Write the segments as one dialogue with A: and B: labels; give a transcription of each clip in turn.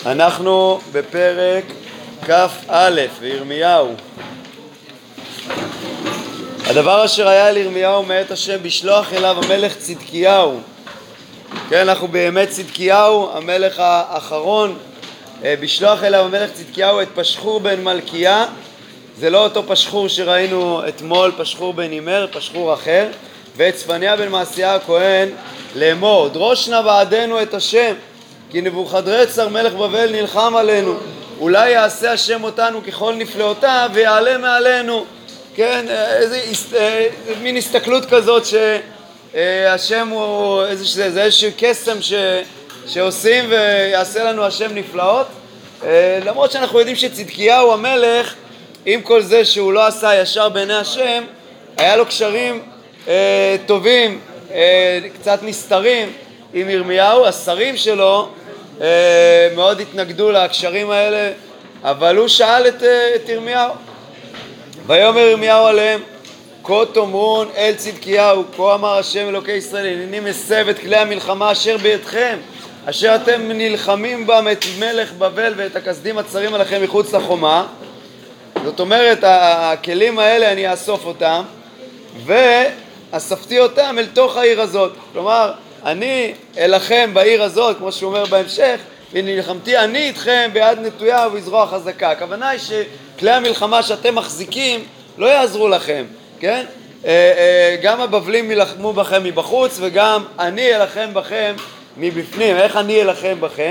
A: אנחנו בפרק כ"א וירמיהו. הדבר אשר היה לירמיהו מאת השם בשלוח אליו המלך צדקיהו. כן, אנחנו בימי צדקיהו, המלך האחרון. בשלוח אליו המלך צדקיהו את פשחור בן מלכיה. זה לא אותו פשחור שראינו אתמול, פשחור בן ימר, פשחור אחר. ואת צפניה בן מעשיה הכהן לאמור, דרוש נא בעדנו את השם, כי נבוכדרצר מלך בבל נלחם עלינו. אולי יעשה השם אותנו ככל נפלאותיו ויעלה מעלינו. כן, מין הסתכלות כזאת שהשם הוא איזשהו קסם שעושים ויעשה לנו השם נפלאות. למרות שאנחנו יודעים שצדקיהו המלך, עם כל זה שהוא לא עשה ישר בעיני השם, היה לו קשרים טובים, קצת נסתרים עם ירמיהו. השרים שלו מאוד התנגדו לקשרים האלה, אבל הוא שאל את ירמיהו. ויאמר ירמיהו עליהם, כה תאמרון אל צדקיהו, כה אמר השם אלוקי ישראל, הנני מסב את כלי המלחמה אשר בידכם, אשר אתם נלחמים בם את מלך בבל ואת הכסדים הצרים עליכם מחוץ לחומה. זאת אומרת, הכלים האלה אני אאסוף אותם ואספתי אותם אל תוך העיר הזאת. כלומר, אני אלחם בעיר הזאת, כמו שהוא אומר בהמשך, ונלחמתי אני איתכם ביד נטויה ובזרוע חזקה. הכוונה היא שכלי המלחמה שאתם מחזיקים לא יעזרו לכם, כן? גם הבבלים ילחמו בכם מבחוץ וגם אני אלחם בכם מבפנים. איך אני אלחם בכם?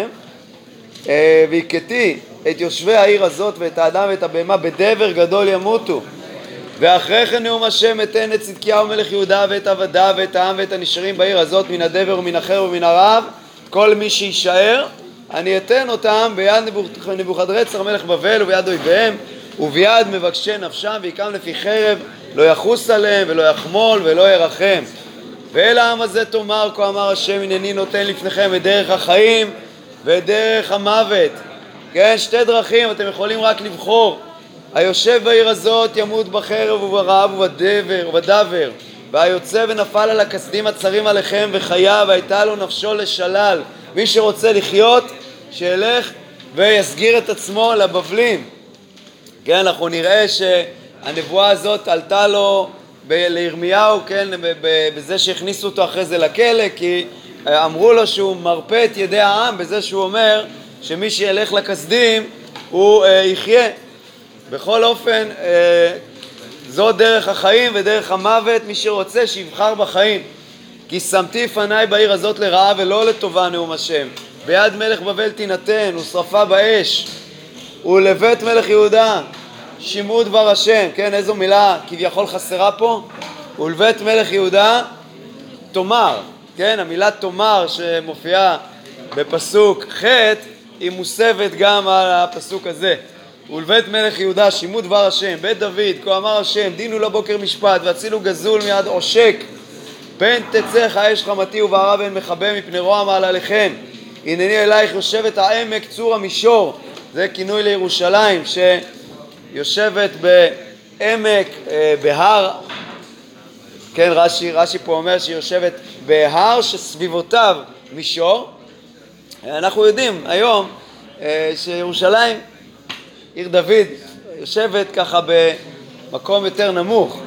A: והכיתי את יושבי העיר הזאת ואת האדם ואת הבהמה בדבר גדול ימותו. ואחרי כן נאום השם אתן את צדקיהו מלך יהודה ואת עבדיו ואת העם ואת הנשארים בעיר הזאת מן הדבר ומן החר ומן הרב, כל מי שישאר אני אתן אותם ביד נבוכדרצר מלך בבל וביד אויביהם וביד מבקשי נפשם, ויקם לפי חרב, לא יחוס עליהם ולא יחמול ולא ירחם. ואל העם הזה תאמר, כה אמר השם, הנני נותן לפניכם את דרך החיים ואת דרך המוות. כן, שתי דרכים, אתם יכולים רק לבחור. היושב בעיר הזאת ימות בחרב וברעב ובדבר, והיוצא ונפל על הכסדים הצרים עליכם וחיה, והייתה לו נפשו לשלל. מי שרוצה לחיות שילך ויסגיר את עצמו לבבלים. כן, אנחנו נראה שהנבואה הזאת עלתה לו לירמיהו, כן, בזה שהכניסו אותו אחרי זה לכלא, כי אמרו לו שהוא מרפא את ידי העם בזה שהוא אומר שמי שילך לכסדים הוא יחיה. בכל אופן, זו דרך החיים ודרך המוות. מי שרוצה שיבחר בחיים. כי שמתי פניי בעיר הזאת לרעה ולא לטובה נאום השם. ביד מלך בבל תינתן ושרפה באש, ולבית מלך יהודה שמעו דבר השם. כן, איזו מילה כביכול חסרה פה? ולבית מלך יהודה תאמר. כן, המילה תאמר שמופיעה בפסוק ח' היא מוסבת גם על הפסוק הזה. ולבית מלך יהודה שמעו דבר השם. בית דוד, כה אמר השם, דינו לבוקר משפט והצילו גזול מיד עושק, פן תצא האש חמתי ובערה בן מכבה מפני רוע מעלליכם. הנני אלייך יושבת העמק צור המישור. זה כינוי לירושלים שיושבת בעמק, בהר. כן, רש"י פה אומר שהיא יושבת בהר שסביבותיו מישור. אנחנו יודעים היום שירושלים, עיר דוד, יושבת ככה במקום יותר נמוך.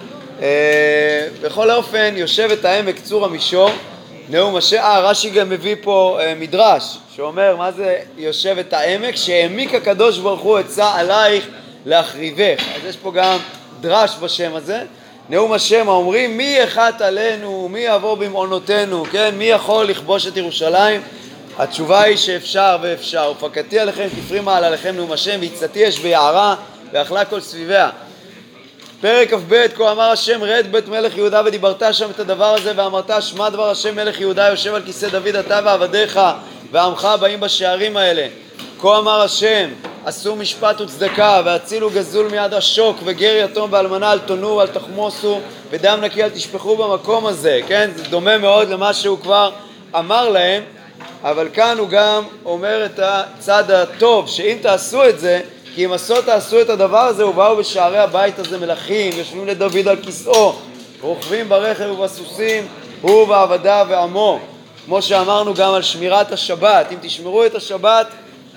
A: בכל אופן יושבת העמק צור המישור. נאום השם. רש"י גם מביא פה מדרש שאומר מה זה יושבת העמק, שהעמיק הקדוש ברוך הוא עצה עלייך להחריבך. אז יש פה גם דרש בשם הזה. נאום השם האומרים, מי יחת עלינו, מי יעבור במעונותינו, כן, מי יכול לכבוש את ירושלים? התשובה היא שאפשר ואפשר. ופקדתי עליכם כפרי מעלליכם נאום השם, והצאתי אש ביערה ואכלה כל סביביה. פרק כ"ב, כה אמר השם רד בית מלך יהודה ודיברת שם את הדבר הזה ואמרת שמע דבר השם מלך יהודה יושב על כיסא דוד אתה ועבדיך ועמך באים בשערים האלה. כה אמר השם עשו משפט וצדקה והצילו גזול מיד עשוק וגר יתום ואלמנה אל תונו ואל תחמוסו ודם נקי אל תשפכו במקום הזה. כן, זה דומה מאוד למה שהוא כבר אמר להם, אבל כאן הוא גם אומר את הצד הטוב, שאם תעשו את זה, כי אם תעשו את הדבר הזה, ובאו בשערי הבית הזה מלכים, יושבים לדוד על כיסאו, רוכבים ברכב ובסוסים, הוא ועבדיו ועמו. כמו שאמרנו גם על שמירת השבת, אם תשמרו את השבת,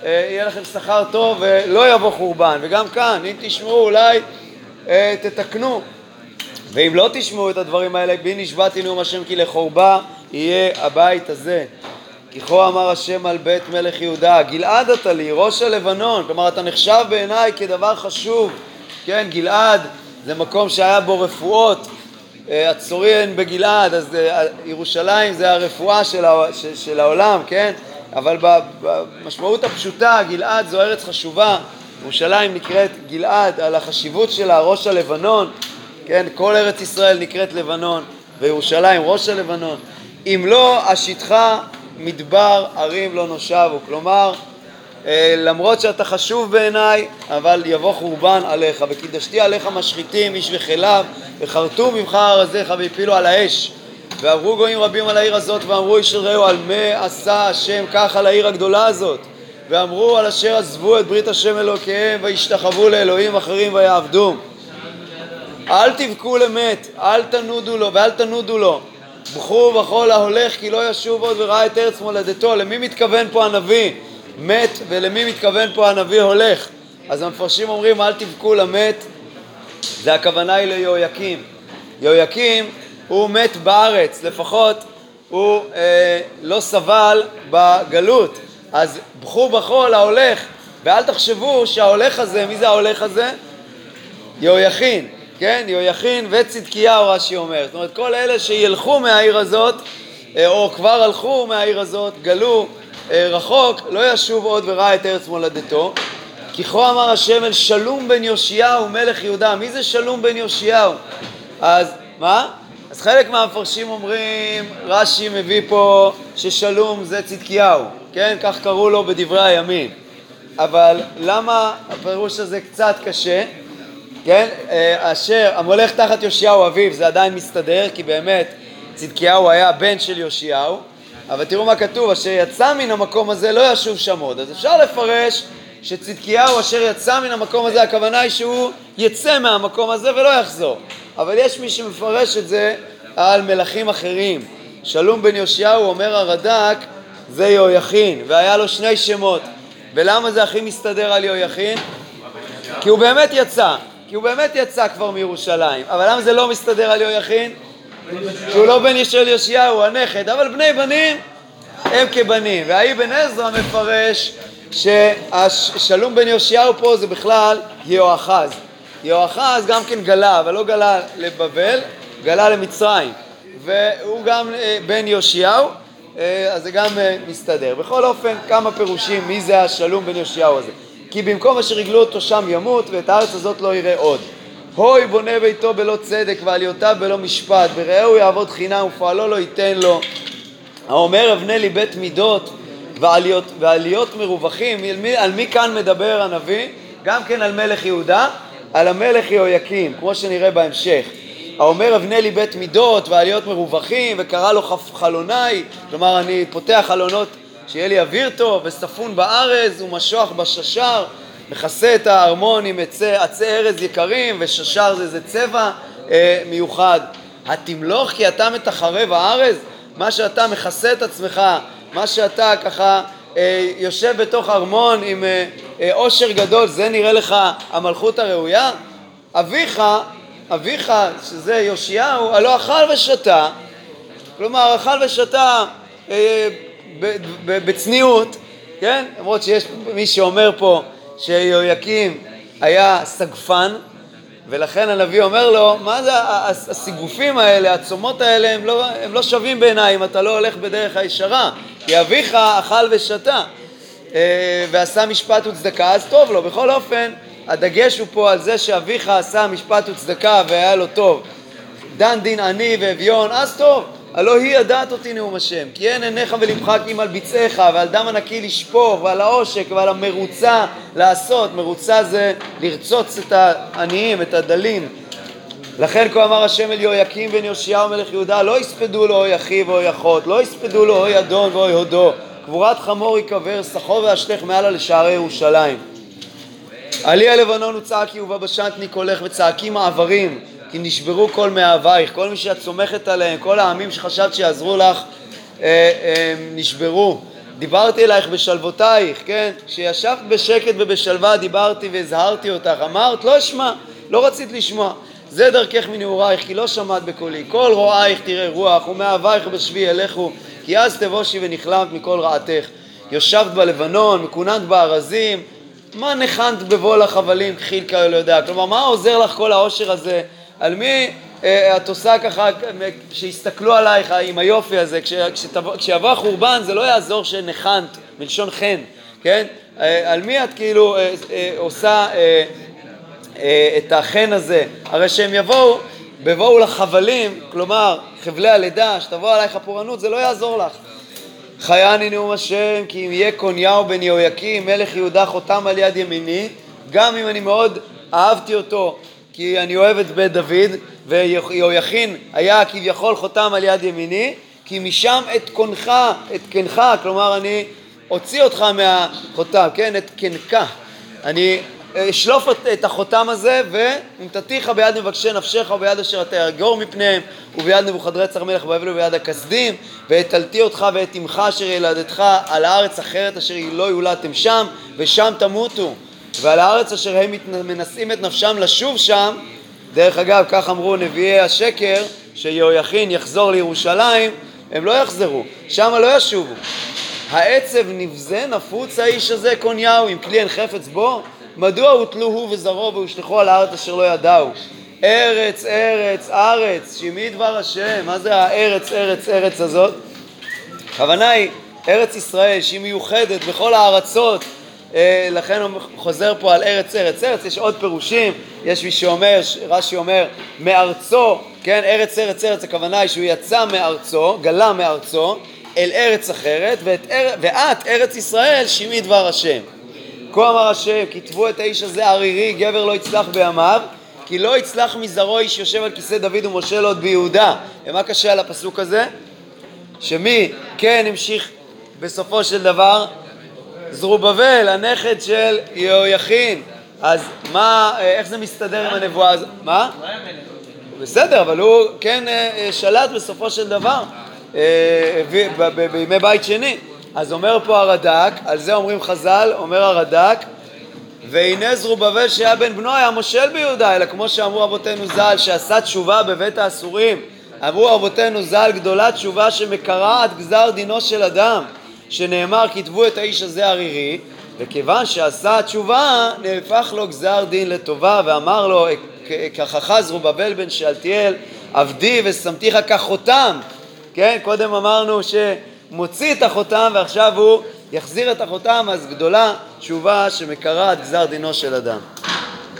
A: יהיה לכם שכר טוב ולא יבוא חורבן. וגם כאן, אם תשמעו אולי תתקנו, ואם לא תשמעו את הדברים האלה, בי נשבעתי נאום השם כי לחורבה יהיה הבית הזה. כי כה אמר השם על בית מלך יהודה, גלעד אתה לי, ראש הלבנון. כלומר, אתה נחשב בעיניי כדבר חשוב. כן, גלעד זה מקום שהיה בו רפואות, הצוריין בגלעד, אז ירושלים זה הרפואה של העולם, כן? אבל במשמעות הפשוטה, גלעד זו ארץ חשובה. ירושלים נקראת גלעד על החשיבות שלה, ראש הלבנון, כן? כל ארץ ישראל נקראת לבנון, וירושלים ראש הלבנון. אם לא השטחה מדבר ערים לא נושבו. כלומר, למרות שאתה חשוב בעיניי, אבל יבוא חורבן עליך. וקידשתי עליך משחיתים איש וכליו, וחרטו ממך ארזיך והפילו על האש. ועברו גויים רבים על העיר הזאת, ואמרו איש אל רעהו, על מה עשה השם כך על העיר הגדולה הזאת? ואמרו על אשר עזבו את ברית השם אלוקיהם וישתחוו לאלוהים אחרים ויעבדו. אל תבכו למת, אל תנודו לו ואל תנודו לו. בכו בכל ההולך כי לא ישוב עוד וראה את ארץ מולדתו. למי מתכוון פה הנביא מת, ולמי מתכוון פה הנביא הולך? אז המפרשים אומרים אל תבכו למת, זה הכוונה היא ליהויקים. יהויקים הוא מת בארץ, לפחות הוא לא סבל בגלות. אז בכו בכל ההולך, ואל תחשבו שההולך הזה, מי זה ההולך הזה? יהויכין, כן? יהויכין וצדקיהו, רש"י אומר. זאת אומרת, כל אלה שילכו מהעיר הזאת, או כבר הלכו מהעיר הזאת, גלו רחוק, לא ישוב עוד וראה את ארץ מולדתו. כי כה אמר השם אל שלום בן יאשיהו מלך יהודה. מי זה שלום בן יאשיהו? אז מה? אז חלק מהמפרשים אומרים, רש"י מביא פה ששלום זה צדקיהו, כן? כך קראו לו בדברי הימים. אבל למה הפירוש הזה קצת קשה? כן? אשר המולך תחת יאשיהו אביו, זה עדיין מסתדר, כי באמת צדקיהו היה בן של יאשיהו. אבל תראו מה כתוב, אשר יצא מן המקום הזה לא ישוב שם עוד. אז אפשר לפרש שצדקיהו אשר יצא מן המקום הזה, הכוונה היא שהוא יצא מהמקום הזה ולא יחזור. אבל יש מי שמפרש את זה על מלכים אחרים. שלום בן יאשיהו, אומר הרד"ק, זה יהויכין, והיה לו שני שמות. ולמה זה הכי מסתדר על יהויכין? כי הוא באמת יצא כבר מירושלים. אבל למה זה לא מסתדר על יהויכין? כי הוא לא בן של יאשיהו, הוא הנכד, אבל בני בנים הם כבנים. והאבן עזרא מפרש ששלום בן יאשיהו פה זה בכלל יהואחז. יהואחז גם כן גלה, אבל לא גלה לבבל, גלה למצרים. והוא גם בן יאשיהו, אז זה גם מסתדר. בכל אופן, כמה פירושים מי זה השלום בן יאשיהו הזה. כי במקום אשר יגלו אותו שם ימות, ואת הארץ הזאת לא יראה עוד. הוי בונה ביתו בלא צדק ועליותיו בלא משפט, ברעהו יעבוד חינם ופועלו לא ייתן לו. האומר אבנה לי בית מידות ועליות מרווחים. על מי כאן מדבר הנביא? גם כן על מלך יהודה, על המלך יהויקים, כמו שנראה בהמשך. האומר אבנה לי בית מידות ועליות מרווחים, וקרא לו חלוני, כלומר אני פותח חלונות שיהיה לי אוויר טוב, וספון בארז ומשוח בששר, מכסה את הארמון עם עצי ארז יקרים, וששר זה צבע מיוחד. התמלוך כי אתה מתחרב הארז, מה שאתה מכסה את עצמך, מה שאתה ככה יושב בתוך ארמון עם עושר גדול, זה נראה לך המלכות הראויה? אביך שזה יאשיהו, הלא אכל ושתה, כלומר אכל ושתה בצניעות, כן? למרות שיש מי שאומר פה שיהויקים היה סגפן, ולכן הנביא אומר לו, מה זה הסיגופים האלה, הצומות האלה, הם לא שווים בעיניי אם אתה לא הולך בדרך הישרה, כי אביך אכל ושתה ועשה משפט וצדקה, אז טוב לו. בכל אופן, הדגש הוא פה על זה שאביך עשה משפט וצדקה והיה לו טוב. דן דין עני ואביון, אז טוב, הלא היא ידעת אותי נאום השם, כי אין עיניך ולבך כי אם על ביצעך, ועל דם הנקי לשפוך, ועל העושק, ועל המרוצה לעשות. מרוצה זה לרצוץ את העניים, את הדלים. לכן כה אמר השם אל יהויקים בן יאשיהו מלך יהודה, לא יספדו לו אוי אחיו ואוי אחות, לא יספדו לו אוי אדון ואוי הודו, קבורת חמור יקבר, סחו ואשלך מעלה לשערי ירושלים. עלי הלבנון וצעקי ובבשנתניק הולך וצעקי מעברים, כי נשברו כל מאהבייך. כל מי שאת סומכת עליהם, כל העמים שחשבת שיעזרו לך, נשברו. דיברתי אלייך בשלוותייך, כן? כשישבת בשקט ובשלווה דיברתי והזהרתי אותך, אמרת לא אשמע, לא רצית לשמוע. זה דרכך מנעורייך, כי לא שמעת בקולי. כל רועייך תראה רוח, ומאהבייך בשבי אלכו, כי אז תבושי ונכלמת מכל רעתך. יושבת בלבנון, מקוננת בארזים, מה נחנת בבוא החבלים כחיל כאלה יודע? כלומר, מה עוזר לך כל העושר הזה? על מי את עושה ככה, שיסתכלו עלייך עם היופי הזה? כשיבוא החורבן זה לא יעזור שנחנת, מלשון חן, כן? על מי את כאילו עושה את החן הזה? הרי שהם בבואו לחבלים, כלומר חבלי הלידה, שתבוא עלייך הפורענות, זה לא יעזור לך. חייני נאום השם, כי אם יהיה קוניהו בן יהויקים מלך יהודה חותם על יד ימיני, גם אם אני מאוד אהבתי אותו כי אני אוהב את בית דוד, ויהויכין היה כביכול חותם על יד ימיני, כי משם את קנך, כלומר אני אוציא אותך מהחותם, כן, את קנקה, אני אשלוף את החותם הזה, ונתתיך ביד מבקשי נפשך וביד אשר אתה יגור מפניהם, וביד נבוכדרצר מלך בבל וביד הכסדים, והטלתי אותך ואת אמך אשר ילדתך על הארץ אחרת אשר לא יולדתם שם, ושם תמותו. ועל הארץ אשר הם מנסים את נפשם לשוב שם, דרך אגב כך אמרו נביאי השקר, שיהויכין יחזור לירושלים, הם לא יחזרו, שם לא ישובו. העצב נבזה נפוץ האיש הזה קוניהו, עם כלי אין חפץ בו, מדוע הוטלו הוא וזרו והושלחו על הארץ אשר לא ידעו? ארץ, ארץ, ארץ, שמעי דבר השם. מה זה הארץ, ארץ, ארץ הזאת? הכוונה היא ארץ ישראל שהיא מיוחדת בכל הארצות, לכן הוא חוזר פה על ארץ, ארץ, ארץ. יש עוד פירושים, יש מי שאומר, רש"י אומר, מארצו, כן, ארץ, ארץ, ארץ, הכוונה היא שהוא יצא מארצו, גלה מארצו, אל ארץ אחרת, ואת, ארץ ישראל, שמעי דבר השם. כה אמר השם, כתבו את האיש הזה ערירי, גבר לא יצלח בימיו, כי לא יצלח מזרעו איש יושב על כיסא דוד ומושל עוד ביהודה. ומה קשה על הפסוק הזה? שמי כן המשיך בסופו של דבר? זרובבל, הנכד של יהויכין. אז מה, איך זה מסתדר עם הנבואה הזאת? מה? בסדר, אבל הוא כן שלט בסופו של דבר בימי בית שני. אז אומר פה הרד"ק, על זה אומרים חז"ל, אומר הרד"ק, והנה זרובבל שהיה בן בנו היה מושל ביהודה, אלא כמו שאמרו אבותינו ז"ל שעשה תשובה בבית האסורים, אמרו אבותינו ז"ל גדולה תשובה שמקרעת גזר דינו של אדם, שנאמר כתבו את האיש הזה ערירי, וכיוון שעשה תשובה נהפך לו גזר דין לטובה, ואמר לו ככך זרובבל בן שאלתיאל עבדי ושמתיך כחותם, כן, קודם אמרנו שמוציא את החותם ועכשיו הוא יחזיר את החותם, אז גדולה תשובה שמקרעת גזר דינו של אדם.